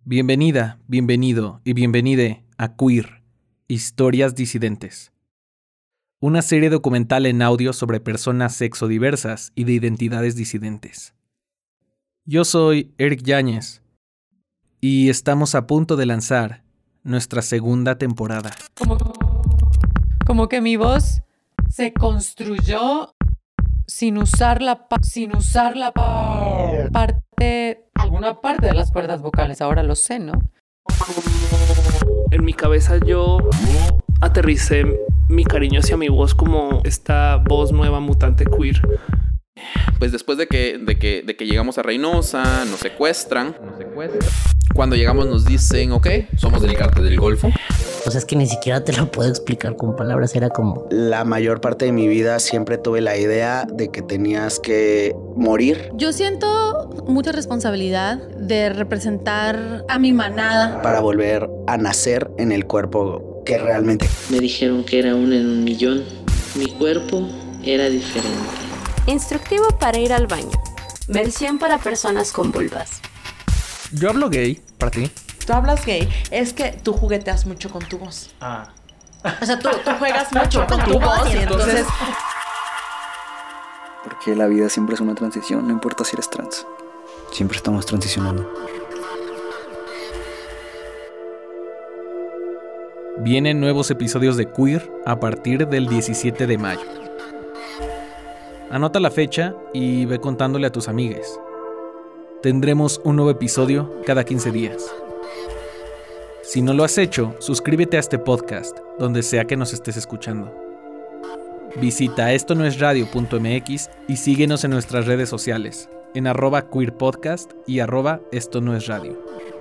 Bienvenida, bienvenido y bienvenide a Queer, Historias Disidentes. Una serie documental en audio sobre personas sexodiversas y de identidades disidentes. Yo soy Eric Yáñez y estamos a punto de lanzar nuestra segunda temporada. Como que mi voz se construyó sin usar alguna parte de las cuerdas vocales, ahora lo sé, ¿no? En mi cabeza yo aterricé mi cariño hacia mi voz como esta voz nueva mutante queer. Pues después de que llegamos a Reynosa, nos secuestran. Cuando llegamos nos dicen, ok, somos del Cártel del Golfo. O sea, es que ni siquiera te lo puedo explicar con palabras, era como... La mayor parte de mi vida siempre tuve la idea de que tenías que morir. Yo siento mucha responsabilidad de representar a mi manada. Para volver a nacer en el cuerpo que realmente... Me dijeron que era uno en un millón. Mi cuerpo era diferente. Instructivo para ir al baño. Versión para personas con vulvas. Yo hablo gay, para ti. Tú hablas gay, es que tú jugueteas mucho con tu voz. O sea, tú juegas mucho con tu voz y entonces... Porque la vida siempre es una transición, no importa si eres trans. Siempre estamos transicionando. Vienen nuevos episodios de Queer a partir del 17 de mayo. Anota la fecha y ve contándole a tus amigues. Tendremos un nuevo episodio cada 15 días. Si no lo has hecho, suscríbete a este podcast, donde sea que nos estés escuchando. Visita estonoesradio.mx y síguenos en nuestras redes sociales, en @queerpodcast y @estonoesradio.